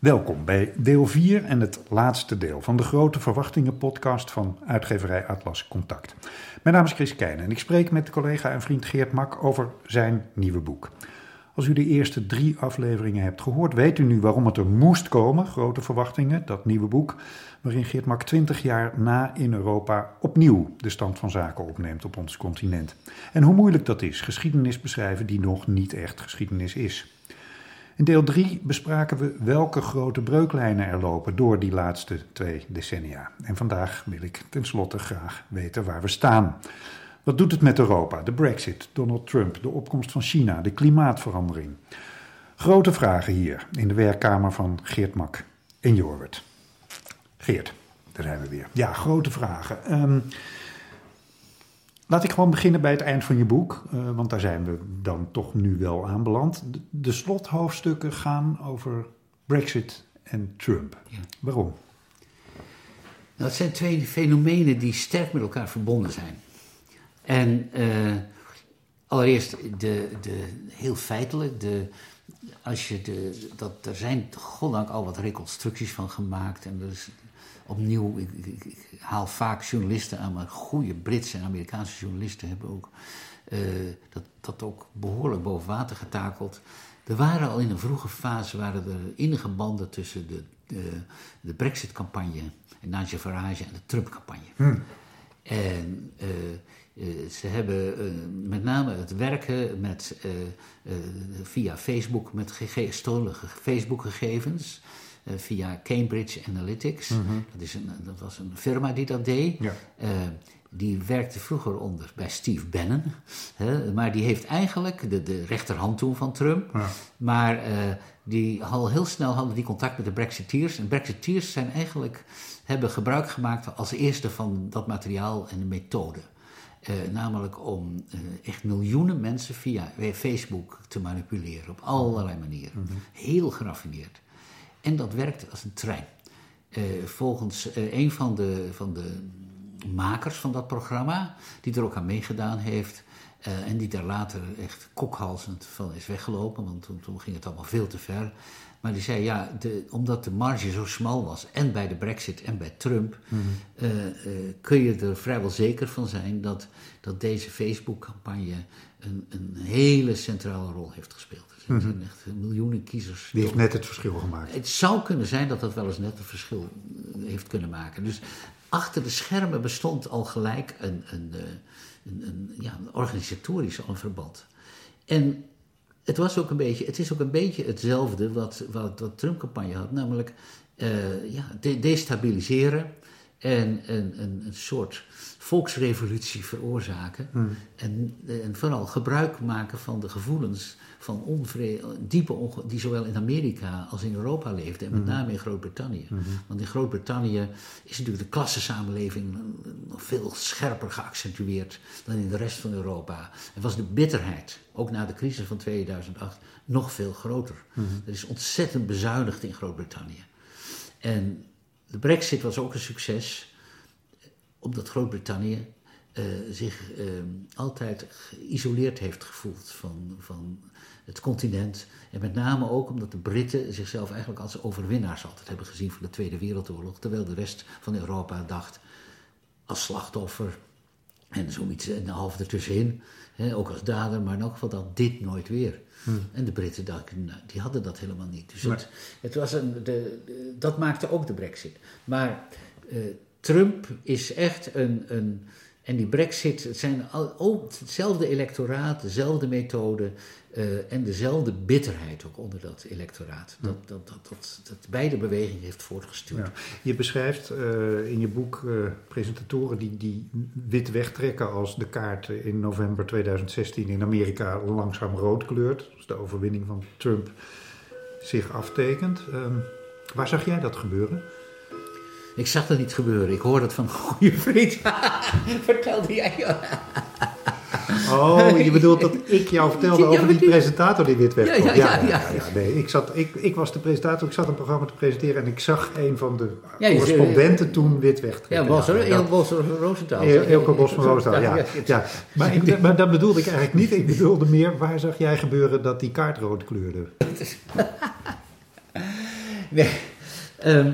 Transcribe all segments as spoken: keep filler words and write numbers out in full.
Welkom bij deel vier en het laatste deel van de Grote Verwachtingen podcast van uitgeverij Atlas Contact. Mijn naam is Chris Keijne en ik spreek met collega en vriend Geert Mak over zijn nieuwe boek. Als u de eerste drie afleveringen hebt gehoord, weet u nu waarom het er moest komen, Grote Verwachtingen, dat nieuwe boek, waarin Geert Mak twintig jaar na in Europa opnieuw de stand van zaken opneemt op ons continent. En hoe moeilijk dat is, geschiedenis beschrijven die nog niet echt geschiedenis is. In deel drie bespraken we welke grote breuklijnen er lopen door die laatste twee decennia. En vandaag wil ik tenslotte graag weten waar we staan. Wat doet het met Europa? De Brexit, Donald Trump, de opkomst van China, de klimaatverandering. Grote vragen hier in de werkkamer van Geert Mak in Jorwert. Geert, daar zijn we weer. Ja, grote vragen. Um, Laat ik gewoon beginnen bij het eind van je boek, uh, want daar zijn we dan toch nu wel aanbeland. De, de slothoofdstukken gaan over Brexit en Trump. Ja. Waarom? Nou, het zijn twee fenomenen die sterk met elkaar verbonden zijn. En uh, allereerst de, de, heel feitelijk, de, als je de, dat, er zijn goddank al wat reconstructies van gemaakt en er is opnieuw, ik, ik, ik haal vaak journalisten aan, maar goede Britse en Amerikaanse journalisten hebben ook uh, dat, dat ook behoorlijk boven water getakeld. Er waren al in een vroege fase waren er innige banden tussen de, de, de Brexit-campagne en Nigel Farage en de Trump-campagne. Hmm. En uh, uh, ze hebben uh, met name het werken met, uh, uh, via Facebook met gege- stolen Facebook-gegevens. Uh, via Cambridge Analytics. Mm-hmm. Dat, is een, dat was een firma die dat deed. Ja. Uh, die werkte vroeger onder bij Steve Bannon. Hè, maar die heeft eigenlijk de, de rechterhand toen van Trump. Ja. Maar uh, die al heel snel hadden die contact met de Brexiteers. En Brexiteers zijn eigenlijk, hebben gebruik gemaakt als eerste van dat materiaal en de methode. Uh, namelijk om uh, echt miljoenen mensen via Facebook te manipuleren. Op allerlei manieren. Mm-hmm. Heel geraffineerd. En dat werkte als een trein. Uh, volgens uh, een van de, van de makers van dat programma, die er ook aan meegedaan heeft, uh, en die daar later echt kokhalzend van is weggelopen, want toen, toen ging het allemaal veel te ver. Maar die zei, ja, de, omdat de marge zo smal was, en bij de Brexit en bij Trump, mm-hmm. uh, uh, kun je er vrijwel zeker van zijn dat, dat deze Facebook-campagne een, een hele centrale rol heeft gespeeld. Er zijn echt miljoenen kiezers. Die heeft net het verschil gemaakt. Het zou kunnen zijn dat dat wel eens net een verschil heeft kunnen maken. Dus achter de schermen bestond al gelijk een, een, een, een, ja, een organisatorisch een verband. En het, was ook een beetje, het is ook een beetje hetzelfde wat, wat de Trump-campagne had. Namelijk uh, ja, de, destabiliseren en een, een, een soort volksrevolutie veroorzaken. Hmm. En, en vooral gebruik maken van de gevoelens van onvrede, diepe onge- die zowel in Amerika als in Europa leefden. En met name in Groot-Brittannië. Mm-hmm. Want in Groot-Brittannië is natuurlijk de klassensamenleving nog veel scherper geaccentueerd dan in de rest van Europa. En was de bitterheid, ook na de crisis van tweeduizend acht, nog veel groter. Mm-hmm. Er is ontzettend bezuinigd in Groot-Brittannië. En de Brexit was ook een succes, omdat Groot-Brittannië uh, zich uh, altijd geïsoleerd heeft gevoeld van, van het continent. En met name ook omdat de Britten zichzelf eigenlijk als overwinnaars altijd hebben gezien van de Tweede Wereldoorlog. Terwijl de rest van Europa dacht als slachtoffer en zoiets en half ertussenin. Hè, ook als dader, maar in elk geval dat dit nooit weer. Hmm. En de Britten dachten, nou, die hadden dat helemaal niet. Dus het, het was een, de, de, dat maakte ook de Brexit. Maar uh, Trump is echt een, een... En die Brexit, het zijn al, ook hetzelfde electoraat, dezelfde methode uh, en dezelfde bitterheid ook onder dat electoraat. Dat, dat, dat, dat, dat beide bewegingen heeft voortgestuurd. Ja. Je beschrijft uh, in je boek uh, presentatoren die, die wit wegtrekken als de kaart in november tweeduizend zestien in Amerika langzaam rood kleurt. Dus de overwinning van Trump zich aftekent. Um, waar zag jij dat gebeuren? Ik zag dat niet gebeuren. Ik hoorde het van een goede vriend. Vertelde jij. Oh, je bedoelt dat ik jou vertelde ja, over die, die presentator die wit wegkwam. Ja, ja, ja, ja, ja, ja, ja. Nee, ik, zat, ik, ik was de presentator, ik zat een programma te presenteren en ik zag een van de ja, correspondenten toen wit wegtrekken. Ja, Bos, ja, Eelco Bos van Roosentaal. Eelco Bos van Roosentaal, ja. ja, ja. Maar, ik, maar dat bedoelde ik eigenlijk niet. Ik bedoelde meer, waar zag jij gebeuren dat die kaart rood kleurde? Nee, um,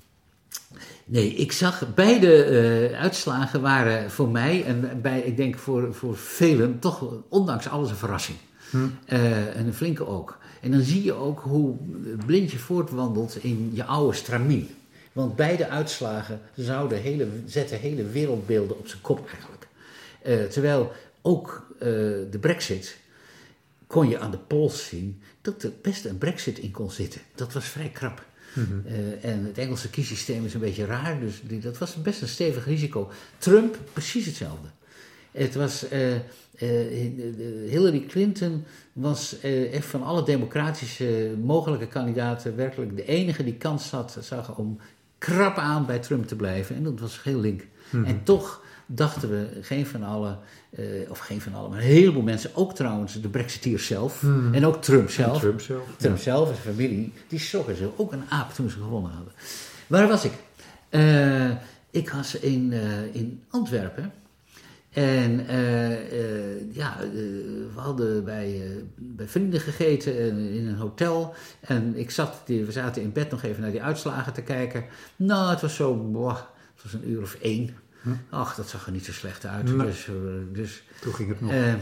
nee, ik zag beide uh, uitslagen waren voor mij en bij, ik denk voor, voor velen toch ondanks alles een verrassing. Hm. Uh, en een flinke ook. En dan zie je ook hoe blind je voortwandelt in je oude stramien. Want beide uitslagen zouden hele, zetten hele wereldbeelden op zijn kop eigenlijk. Uh, terwijl ook uh, de Brexit kon je aan de polls zien dat er best een Brexit in kon zitten. Dat was vrij krap. Mm-hmm. Uh, en het Engelse kiesysteem is een beetje raar, dus die, dat was best een stevig risico. Trump, precies hetzelfde. Het was, uh, uh, Hillary Clinton was uh, echt van alle democratische mogelijke kandidaten werkelijk de enige die kans had, zag om krap aan bij Trump te blijven. En dat was heel link. Mm-hmm. En toch dachten we, geen van allen, uh, of geen van allen, maar een heleboel mensen, ook trouwens de Brexiteers zelf, mm-hmm. en ook Trump zelf. En Trump zelf. Trump ja. zelf en zijn familie, die zochten ze ook een aap toen ze gewonnen hadden. Waar was ik? Uh, ik was in, uh, in Antwerpen. En uh, uh, ja, uh, we hadden bij, uh, bij vrienden gegeten uh, in een hotel. En ik zat, we zaten in bed nog even naar die uitslagen te kijken. Nou, het was zo, boah, het was een uur of één. Hm? Ach, dat zag er niet zo slecht uit. Nee. Dus, uh, dus, Toen ging het nog. Uh,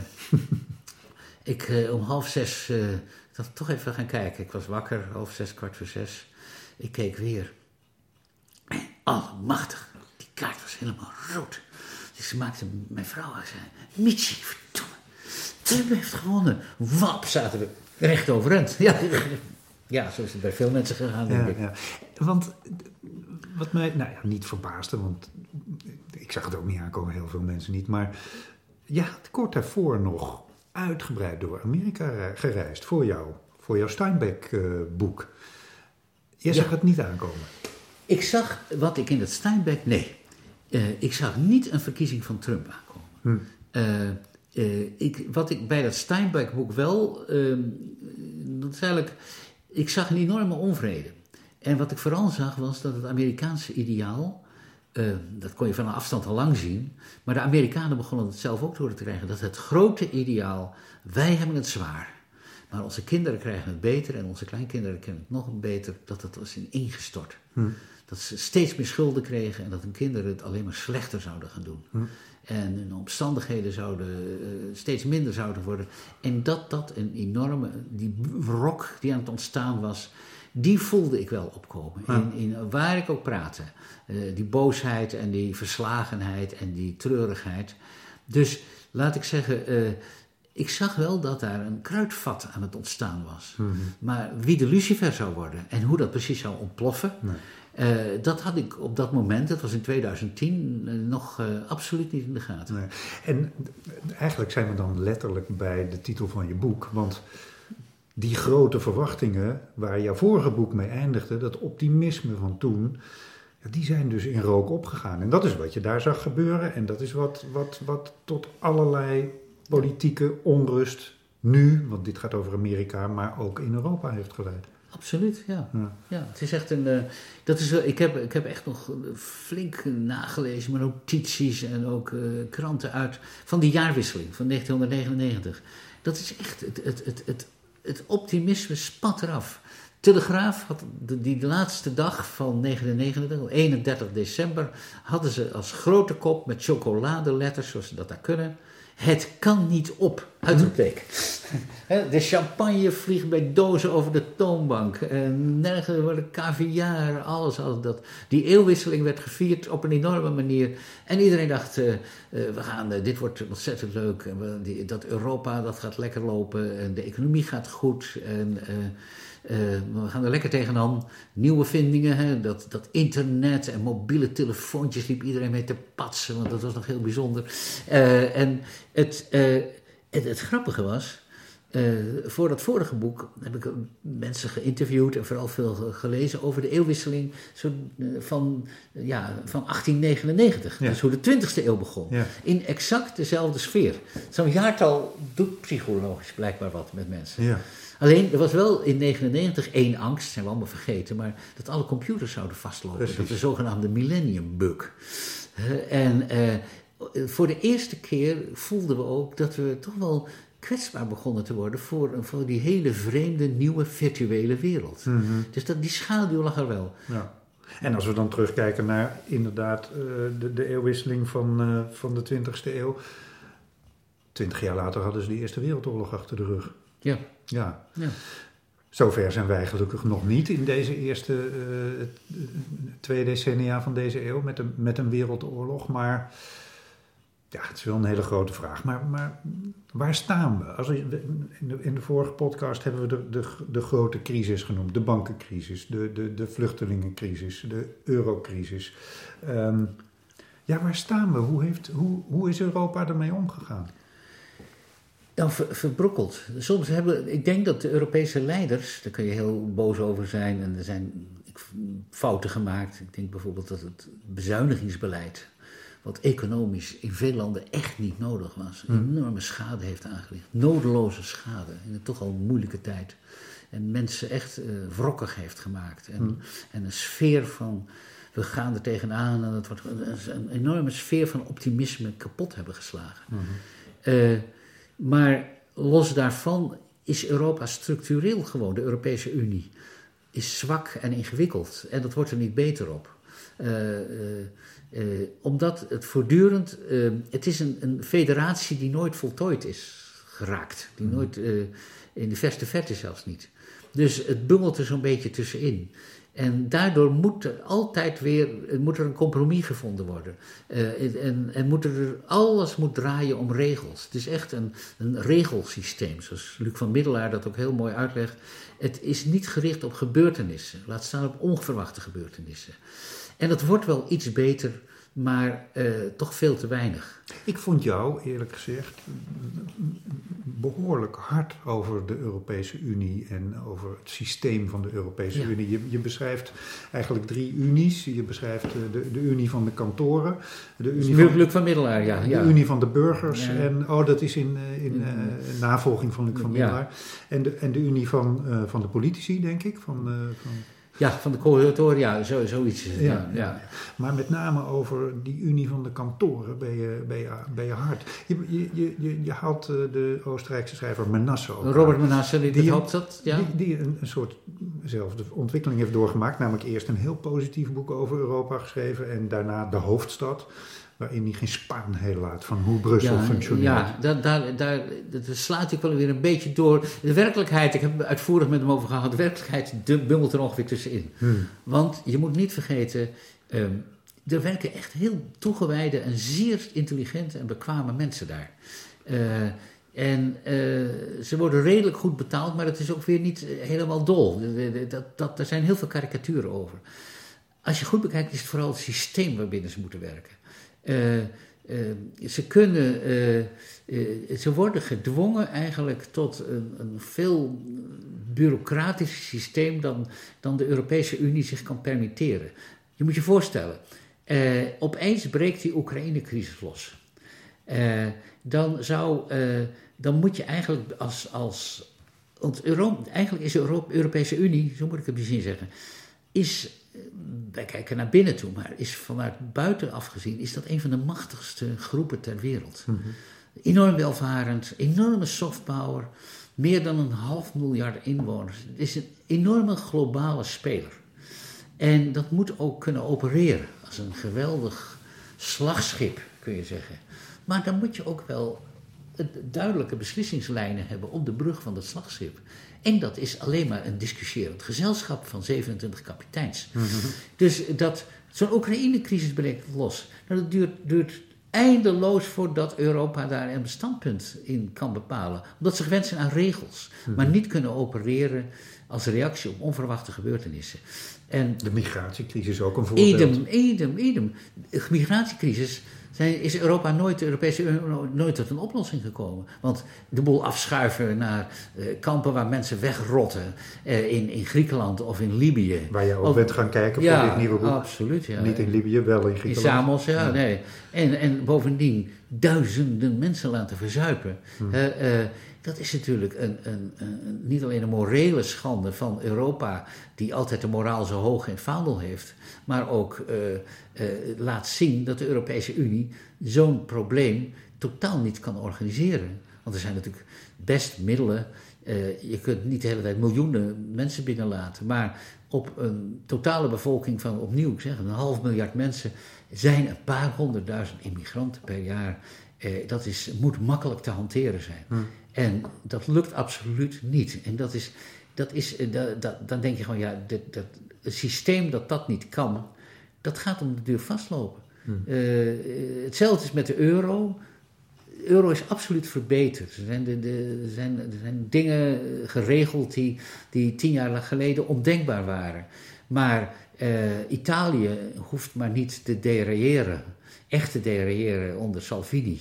ik uh, om half zes, uh, ik dacht toch even gaan kijken. Ik was wakker, half zes, kwart voor zes. Ik keek weer. En allemachtig, die kaart was helemaal rood. Dus ze maakte mijn vrouw en zei, Michi, verdomme, Trump heeft gewonnen. Wap, zaten we recht overeind. Ja, ja, zo is het bij veel mensen gegaan, denk ja, ik. Ja. Want wat mij, nou ja, niet verbaasde, want ik zag het ook niet aankomen, heel veel mensen niet. Maar ja, kort daarvoor nog uitgebreid door Amerika gereisd voor jou, voor jouw Steinbeck-boek. Uh, Jij zag ja. het niet aankomen. Ik zag wat ik in het Steinbeck, nee. Uh, ik zag niet een verkiezing van Trump aankomen. Hm. Uh, uh, ik, wat ik bij dat Steinbeck-boek wel, uh, dat is eigenlijk, ik zag een enorme onvrede. En wat ik vooral zag was dat het Amerikaanse ideaal, uh, dat kon je van een afstand al lang zien, maar de Amerikanen begonnen het zelf ook door te krijgen, dat het grote ideaal, wij hebben het zwaar, maar onze kinderen krijgen het beter en onze kleinkinderen krijgen het nog beter, dat het was ingestort. Hm. Dat ze steeds meer schulden kregen en dat hun kinderen het alleen maar slechter zouden gaan doen. Hm. En hun omstandigheden zouden uh, steeds minder zouden worden. En dat dat een enorme, die wrok die aan het ontstaan was, die voelde ik wel opkomen. Ja. In, in, waar ik ook praatte. Uh, die boosheid en die verslagenheid en die treurigheid. Dus laat ik zeggen, uh, ik zag wel dat daar een kruidvat aan het ontstaan was. Mm-hmm. Maar wie de Lucifer zou worden en hoe dat precies zou ontploffen, nee. Uh, dat had ik op dat moment, dat was in tweeduizend tien, uh, nog uh, absoluut niet in de gaten. Nee. En eigenlijk zijn we dan letterlijk bij de titel van je boek. Want die grote verwachtingen waar jouw vorige boek mee eindigde, dat optimisme van toen, ja, die zijn dus in rook opgegaan. En dat is wat je daar zag gebeuren. En dat is wat, wat, wat tot allerlei politieke onrust nu, want dit gaat over Amerika, maar ook in Europa heeft geleid. Absoluut, ja. ja. ja het is echt een, uh, dat is, uh, ik, heb, ik heb echt nog flink nagelezen, mijn notities en ook uh, kranten uit van die jaarwisseling van negentien negenennegentig. Dat is echt, het, het, het, het, het optimisme spat eraf. Telegraaf had de, die laatste dag van negentien negenennegentig, eenendertig december, hadden ze als grote kop met chocoladeletters, zoals ze dat daar kunnen, het kan niet op, uitroepteken. De champagne vliegt bij dozen over de toonbank. En nergens worden caviar, alles, alles dat. Die eeuwwisseling werd gevierd op een enorme manier. En iedereen dacht, uh, uh, we gaan, uh, dit wordt ontzettend leuk. En we, die, dat Europa, dat gaat lekker lopen. En de economie gaat goed. En uh, uh, we gaan er lekker tegenaan. Nieuwe vindingen, hè, dat, dat internet en mobiele telefoontjes liep iedereen mee te patsen. Want dat was nog heel bijzonder. Uh, en het, uh, het, het grappige was, Uh, voor dat vorige boek heb ik mensen geïnterviewd en vooral veel gelezen over de eeuwwisseling zo, uh, van, uh, ja, van achttien negenennegentig. Ja. Dus hoe de twintigste eeuw begon. Ja. In exact dezelfde sfeer. Zo'n jaartal doet psychologisch blijkbaar wat met mensen. Ja. Alleen, er was wel in negenennegentig één angst, zijn we allemaal vergeten, maar dat alle computers zouden vastlopen. Precies. Dat de zogenaamde millennium bug. Uh, en uh, voor de eerste keer voelden we ook dat we toch wel kwetsbaar begonnen te worden voor, voor die hele vreemde, nieuwe, virtuele wereld. Mm-hmm. Dus dat, die schaduw lag er wel. Ja. En als we dan terugkijken naar inderdaad uh, de, de eeuwwisseling van, uh, van de twintigste eeuw. Twintig jaar later hadden ze de Eerste Wereldoorlog achter de rug. Ja. Ja. ja. Zover zijn wij gelukkig nog niet in deze eerste uh, twee decennia van deze eeuw met een, met een wereldoorlog. Maar ja, het is wel een hele grote vraag. Maar, maar waar staan we? Als we in, de, in de vorige podcast hebben we de, de, de grote crisis genoemd. De bankencrisis, de, de, de vluchtelingencrisis, de eurocrisis. Um, ja, waar staan we? Hoe, heeft, hoe, hoe is Europa ermee omgegaan? Nou, ver, verbrokkeld. Soms hebben, ik denk dat de Europese leiders, daar kun je heel boos over zijn en er zijn fouten gemaakt. Ik denk bijvoorbeeld dat het bezuinigingsbeleid, wat economisch in veel landen echt niet nodig was, Hmm. enorme schade heeft aangericht. Nodeloze schade in een toch al moeilijke tijd. En mensen echt uh, wrokkig heeft gemaakt. En, hmm. en een sfeer van, we gaan er tegenaan en het wordt een enorme sfeer van optimisme kapot hebben geslagen. Hmm. Uh, Maar los daarvan is Europa structureel gewoon, de Europese Unie, is zwak en ingewikkeld. En dat wordt er niet beter op. Uh, uh, uh, omdat het voortdurend, uh, het is een, een federatie die nooit voltooid is geraakt. Die nooit, uh, in de verste verte zelfs niet. Dus het bungelt er zo'n beetje tussenin. En daardoor moet er altijd weer moet er een compromis gevonden worden. Uh, en, en moet er, alles moet draaien om regels. Het is echt een, een regelsysteem, zoals Luc van Middelaar dat ook heel mooi uitlegt. Het is niet gericht op gebeurtenissen, laat staan op onverwachte gebeurtenissen. En dat wordt wel iets beter, maar uh, toch veel te weinig. Ik vond jou, eerlijk gezegd, behoorlijk hard over de Europese Unie en over het systeem van de Europese ja. Unie. Je, je beschrijft eigenlijk drie unies. Je beschrijft de, de Unie van de kantoren, de Unie Luc, van, Luc van Middelaar, ja. de ja. Unie van de burgers ja. en, oh, dat is in, in uh, navolging van Luc van Middelaar. Ja. En, de, en de Unie van, uh, van de politici, denk ik, van... Uh, van Ja, van de coördinatoren, ja, zo, zoiets. Ja, ja, ja. Maar met name over die Unie van de kantoren ben je, ben je, ben je hard. Je, je, je, je haalt de Oostenrijkse schrijver Menasse ook Robert aan. Menasse, die, die had dat, ja. Die, die een, een soort zelfde ontwikkeling heeft doorgemaakt. Namelijk eerst een heel positief boek over Europa geschreven en daarna De Hoofdstad, waarin hij geen spaan heel laat van hoe Brussel ja, functioneert. Ja, daar, daar, daar, daar slaat ik wel weer een beetje door. De werkelijkheid, ik heb het uitvoerig met hem over gehad, de werkelijkheid bungelt er ongeveer tussenin. Hmm. Want je moet niet vergeten, um, er werken echt heel toegewijde en zeer intelligente en bekwame mensen daar. Uh, en uh, ze worden redelijk goed betaald, maar het is ook weer niet helemaal dol. Dat, dat, er zijn heel veel karikaturen over. Als je goed bekijkt, is het vooral het systeem waarbinnen ze moeten werken. Uh, uh, ze kunnen, uh, uh, ze worden gedwongen eigenlijk tot een, een veel bureaucratischer systeem dan, dan de Europese Unie zich kan permitteren. Je moet je voorstellen, uh, opeens breekt die Oekraïne-crisis los. Uh, dan, zou, uh, dan moet je eigenlijk als, als want Euro, eigenlijk is de Euro, Europese Unie, zo moet ik het misschien zeggen, is... Wij kijken naar binnen toe, maar is vanuit buitenaf gezien is dat een van de machtigste groepen ter wereld. Mm-hmm. Enorm welvarend, enorme softpower, meer dan een half miljard inwoners. Het is een enorme globale speler. En dat moet ook kunnen opereren als een geweldig slagschip, kun je zeggen. Maar dan moet je ook wel duidelijke beslissingslijnen hebben op de brug van dat slagschip. En dat is alleen maar een discussierend gezelschap van zevenentwintig kapiteins. Mm-hmm. Dus dat, zo'n Oekraïne-crisis breekt los. Nou, dat duurt, duurt eindeloos voordat Europa daar een standpunt in kan bepalen. Omdat ze gewend zijn aan regels, mm-hmm. maar niet kunnen opereren als reactie op onverwachte gebeurtenissen. En de migratiecrisis ook een voorbeeld. Edem, edem, edem. De migratiecrisis... Zijn, is Europa nooit, de Europese Unie nooit tot een oplossing gekomen. Want de boel afschuiven naar uh, kampen waar mensen wegrotten. Uh, in, in Griekenland of in Libië. Waar je ook of, bent gaan kijken ja, voor dit nieuwe boek. Absoluut, ja. Niet in Libië, wel in Griekenland. In Samos, ja, ja. nee. En, en bovendien duizenden mensen laten verzuipen. Hmm. Uh, uh, dat is natuurlijk een, een, een, niet alleen een morele schande van Europa, die altijd de moraal zo hoog in het vaandel heeft, maar ook uh, uh, laat zien dat de Europese Unie zo'n probleem totaal niet kan organiseren. Want er zijn natuurlijk best middelen. Uh, je kunt niet de hele tijd miljoenen mensen binnenlaten. Maar op een totale bevolking van, opnieuw, ik zeg een half miljard mensen, zijn een paar honderdduizend immigranten per jaar. Uh, dat is, moet makkelijk te hanteren zijn. Hmm. En dat lukt absoluut niet. En dat is, dat is, uh, dat, dat, dan denk je gewoon, ja, dit, dat, het systeem dat dat niet kan, dat gaat om de duur vastlopen. Hmm. Uh, hetzelfde is met de euro. De euro is absoluut verbeterd. Er zijn, de, de, er zijn, er zijn dingen geregeld die, die tien jaar geleden ondenkbaar waren. Maar uh, Italië hoeft maar niet te derailleren, echt te derailleren onder Salvini.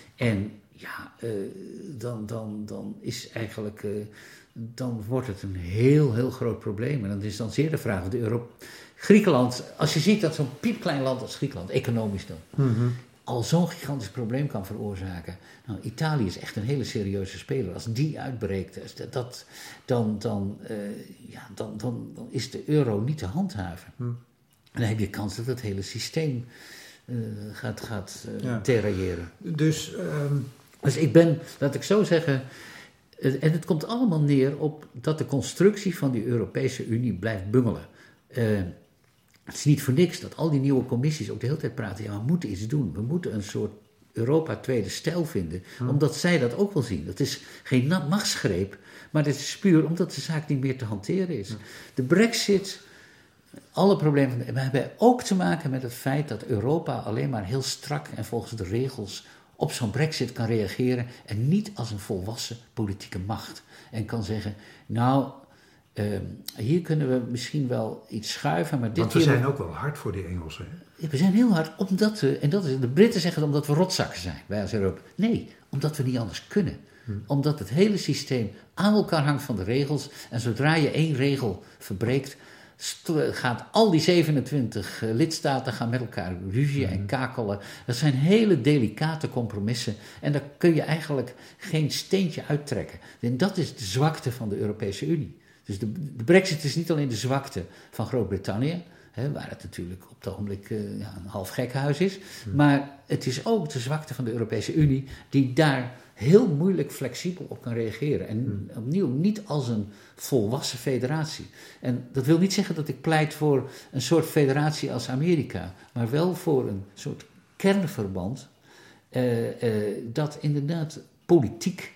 En ja, uh, dan, dan, dan is eigenlijk, uh, dan wordt het een heel, heel groot probleem. En dan is dan zeer de vraag of de euro... Griekenland, als je ziet dat zo'n piepklein land als Griekenland, economisch dan, mm-hmm. al zo'n gigantisch probleem kan veroorzaken. Nou, Italië is echt een hele serieuze speler. Als die uitbreekt, dat, dan, dan, uh, ja, dan, dan, dan is de euro niet te handhaven. Mm. En dan heb je kans dat het hele systeem uh, gaat, gaat uh, ja. derailleren. Dus, um... dus ik ben, laat ik zo zeggen, uh, en het komt allemaal neer op dat de constructie van die Europese Unie blijft bungelen. Uh, Het is niet voor niks dat al die nieuwe commissies ook de hele tijd praten. Ja, we moeten iets doen. We moeten een soort Europa tweede stijl vinden. Hmm. Omdat zij dat ook wel zien. Dat is geen machtsgreep. Maar dat is puur omdat de zaak niet meer te hanteren is. Hmm. De Brexit, alle problemen. We hebben ook te maken met het feit dat Europa alleen maar heel strak en volgens de regels op zo'n Brexit kan reageren. En niet als een volwassen politieke macht. En kan zeggen, nou... Uh, hier kunnen we misschien wel iets schuiven, maar dit Want we hier zijn ook wel hard voor die Engelsen. Hè? Ja, we zijn heel hard, omdat we, en dat is, de Britten zeggen omdat we rotzakken zijn, wij als Europa. Nee, omdat we niet anders kunnen. Hm. Omdat het hele systeem aan elkaar hangt van de regels. En zodra je één regel verbreekt, st- gaat al die zevenentwintig uh, lidstaten gaan met elkaar ruzie hm. en kakelen. Dat zijn hele delicate compromissen. En daar kun je eigenlijk geen steentje uittrekken. En dat is de zwakte van de Europese Unie. Dus de, de Brexit is niet alleen de zwakte van Groot-Brittannië, hè, waar het natuurlijk op het ogenblik uh, ja, een half gekhuis is, hmm. maar het is ook de zwakte van de Europese Unie, die daar heel moeilijk flexibel op kan reageren. En hmm. opnieuw niet als een volwassen federatie. En dat wil niet zeggen dat ik pleit voor een soort federatie als Amerika, maar wel voor een soort kernverband uh, uh, dat inderdaad politiek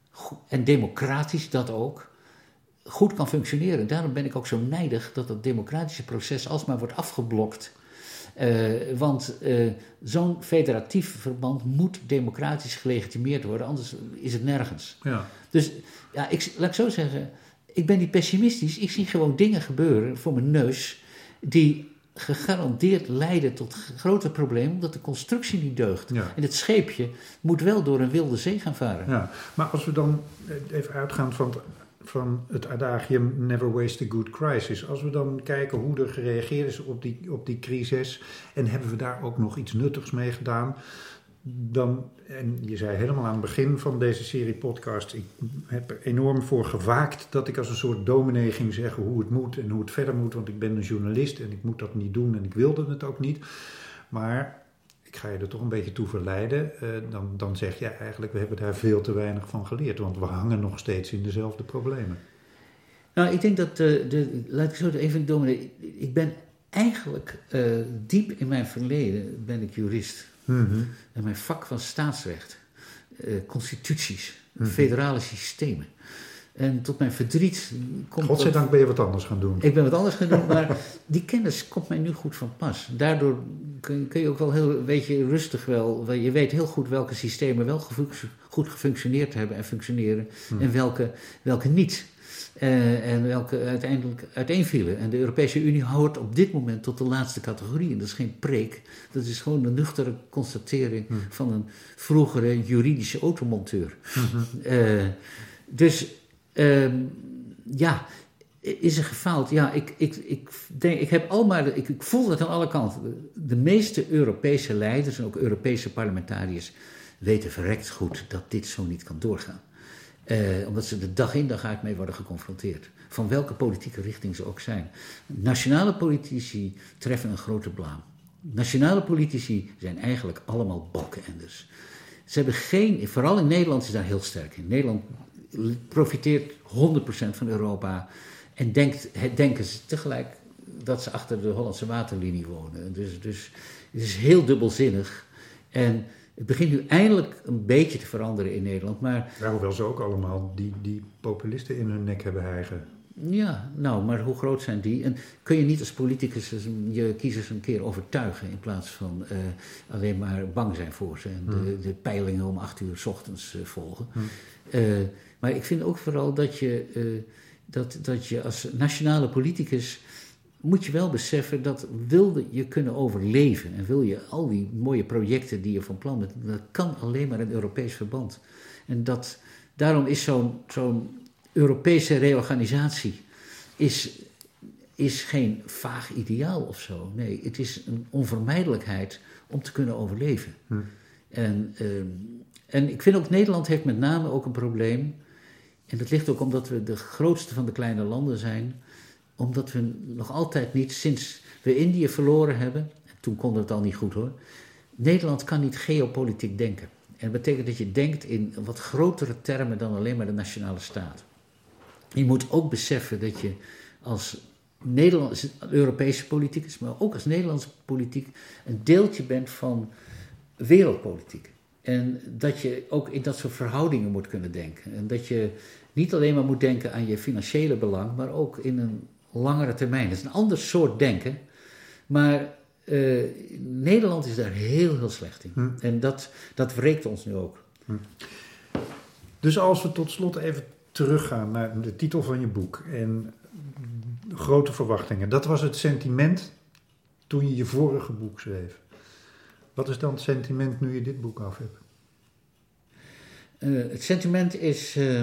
en democratisch dat ook goed kan functioneren. Daarom ben ik ook zo nijdig dat het democratische proces alsmaar wordt afgeblokt. Uh, want uh, zo'n federatief verband moet democratisch gelegitimeerd worden, anders is het nergens. Ja. Dus ja, ik, laat ik zo zeggen, ik ben niet pessimistisch. Ik zie gewoon dingen gebeuren voor mijn neus die gegarandeerd leiden tot grote problemen, omdat de constructie niet deugt. Ja. En het scheepje moet wel door een wilde zee gaan varen. Ja, maar als we dan even uitgaan van het van het adagium never waste a good crisis. Als we dan kijken hoe er gereageerd is op die, op die crisis en hebben we daar ook nog iets nuttigs mee gedaan, dan, en je zei helemaal aan het begin van deze serie podcast, ik heb er enorm voor gewaakt dat ik als een soort dominee ging zeggen hoe het moet en hoe het verder moet, want ik ben een journalist en ik moet dat niet doen en ik wilde het ook niet. Maar ik ga je er toch een beetje toe verleiden, uh, dan, dan zeg je eigenlijk, we hebben daar veel te weinig van geleerd, want we hangen nog steeds in dezelfde problemen. Nou, ik denk dat, de, de, laat ik zo even dominee, ik ben eigenlijk uh, diep in mijn verleden, ben ik jurist. Mm-hmm. En mijn vak was staatsrecht, uh, constituties, mm-hmm. federale systemen. En tot mijn verdriet komt... Godzijdank ben je wat anders gaan doen. Ik ben wat anders gaan doen, maar die kennis komt mij nu goed van pas. Daardoor kun, kun je ook wel heel, weet je, rustig wel... Je weet heel goed welke systemen wel goed gefunctioneerd hebben en functioneren. Hmm. En welke, welke niet. Uh, en welke uiteindelijk uiteenvielen. En de Europese Unie hoort op dit moment tot de laatste categorie. En dat is geen preek. Dat is gewoon een nuchtere constatering hmm. van een vroegere juridische automonteur. Hmm. Uh, dus... Um, ja, is er gefaald? Ja, ik, ik, ik, denk, ik heb al maar, ik, ik voel dat aan alle kanten. De meeste Europese leiders en ook Europese parlementariërs weten verrekt goed dat dit zo niet kan doorgaan. Uh, omdat ze er dag in dag uit mee worden geconfronteerd. Van welke politieke richting ze ook zijn. Nationale politici treffen een grote blaam. Nationale politici zijn eigenlijk allemaal balkenenders. Ze hebben geen, vooral in Nederland is daar heel sterk in. Nederland profiteert honderd procent van Europa en denkt, denken ze tegelijk dat ze achter de Hollandse waterlinie wonen. Dus, dus het is heel dubbelzinnig. En het begint nu eindelijk een beetje te veranderen in Nederland. Maar, ja, hoewel ze ook allemaal die, die populisten in hun nek hebben hijgen. Ja, nou, maar hoe groot zijn die? En kun je niet als politicus je kiezers een keer overtuigen in plaats van uh, alleen maar bang zijn voor ze en hmm. de, de peilingen om acht uur 's ochtends uh, volgen. Hmm. Uh, maar ik vind ook vooral dat je, uh, dat, dat je als nationale politicus moet je wel beseffen dat wil je kunnen overleven en wil je al die mooie projecten die je van plan bent, dat kan alleen maar in Europees verband. En dat, daarom is zo'n, zo'n Europese reorganisatie is, is geen vaag ideaal of zo. Nee, het is een onvermijdelijkheid om te kunnen overleven. Hm. En, uh, en ik vind ook Nederland heeft met name ook een probleem. En dat ligt ook omdat we de grootste van de kleine landen zijn. Omdat we nog altijd niet, sinds we Indië verloren hebben, toen kon het al niet goed hoor. Nederland kan niet geopolitiek denken. En dat betekent dat je denkt in wat grotere termen dan alleen maar de nationale staat. Je moet ook beseffen dat je als Nederlandse, Europese politicus, maar ook als Nederlandse politiek, een deeltje bent van wereldpolitiek. En dat je ook in dat soort verhoudingen moet kunnen denken. En dat je niet alleen maar moet denken aan je financiële belang, maar ook in een langere termijn. Dat is een ander soort denken. Maar uh, Nederland is daar heel, heel slecht in. Hm. En dat, dat wreekt ons nu ook. Hm. Dus als we tot slot even teruggaan naar de titel van je boek en grote verwachtingen. Dat was het sentiment toen je je vorige boek schreef. Wat is dan het sentiment nu je dit boek af hebt? Uh, het sentiment is uh,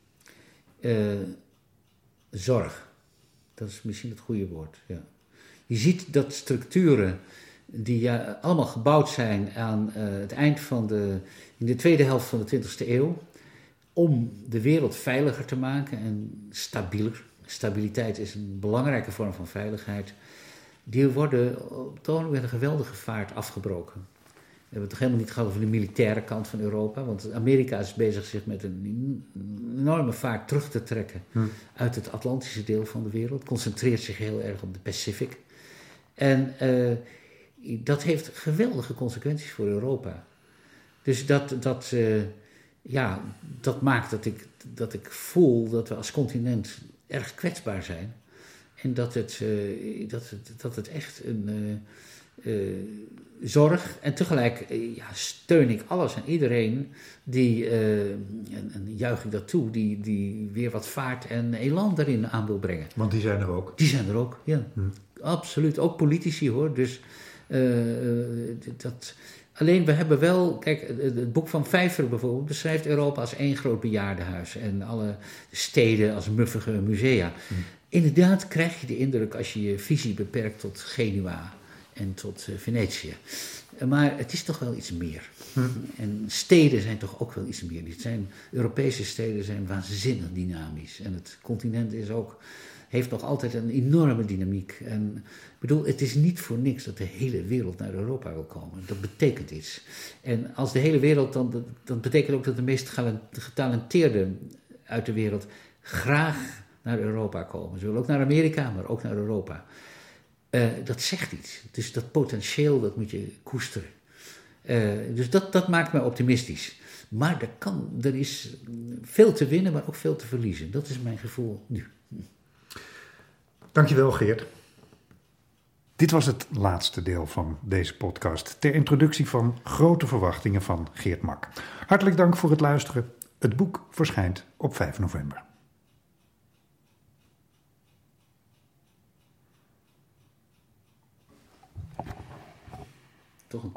uh, zorg. Dat is misschien het goede woord. Ja. Je ziet dat structuren die ja, allemaal gebouwd zijn aan uh, het eind van de, in de tweede helft van de twintigste eeuw, om de wereld veiliger te maken en stabieler. Stabiliteit is een belangrijke vorm van veiligheid. Die worden toch met een geweldige vaart afgebroken. We hebben het toch helemaal niet gehad over de militaire kant van Europa. Want Amerika is bezig zich met een enorme vaart terug te trekken hm. uit het Atlantische deel van de wereld. Concentreert zich heel erg op de Pacific. En uh, dat heeft geweldige consequenties voor Europa. Dus dat, dat, uh, ja, dat maakt dat ik, dat ik voel dat we als continent erg kwetsbaar zijn. En dat het, uh, dat het, dat het echt een uh, uh, zorg en tegelijk uh, ja, steun ik alles en iedereen die, uh, en, en juich ik dat toe, die, die weer wat vaart en elan daarin aan wil brengen. Want die zijn er ook. Die zijn er ook, ja. Hm. Absoluut. Ook politici hoor. Dus uh, dat... Alleen we hebben wel, kijk, het boek van Vijver bijvoorbeeld beschrijft Europa als één groot bejaardenhuis en alle steden als muffige musea. Hm. Inderdaad krijg je de indruk als je je visie beperkt tot Genua en tot uh, Venetië. Maar het is toch wel iets meer. Hm. En steden zijn toch ook wel iets meer. Die zijn, Europese steden zijn waanzinnig dynamisch. En het continent is ook, heeft nog altijd een enorme dynamiek. En ik bedoel, het is niet voor niks dat de hele wereld naar Europa wil komen. Dat betekent iets. En als de hele wereld, dan, dan betekent ook dat de meest getalenteerden uit de wereld graag naar Europa komen. Ze willen ook naar Amerika, maar ook naar Europa. Uh, dat zegt iets. Dus dat potentieel, dat moet je koesteren. Uh, dus dat, dat maakt mij optimistisch. Maar er, kan, er is veel te winnen, maar ook veel te verliezen. Dat is mijn gevoel nu. Dankjewel, Geert. Dit was het laatste deel van deze podcast ter introductie van Grote Verwachtingen van Geert Mak. Hartelijk dank voor het luisteren. Het boek verschijnt op vijf november. Toch een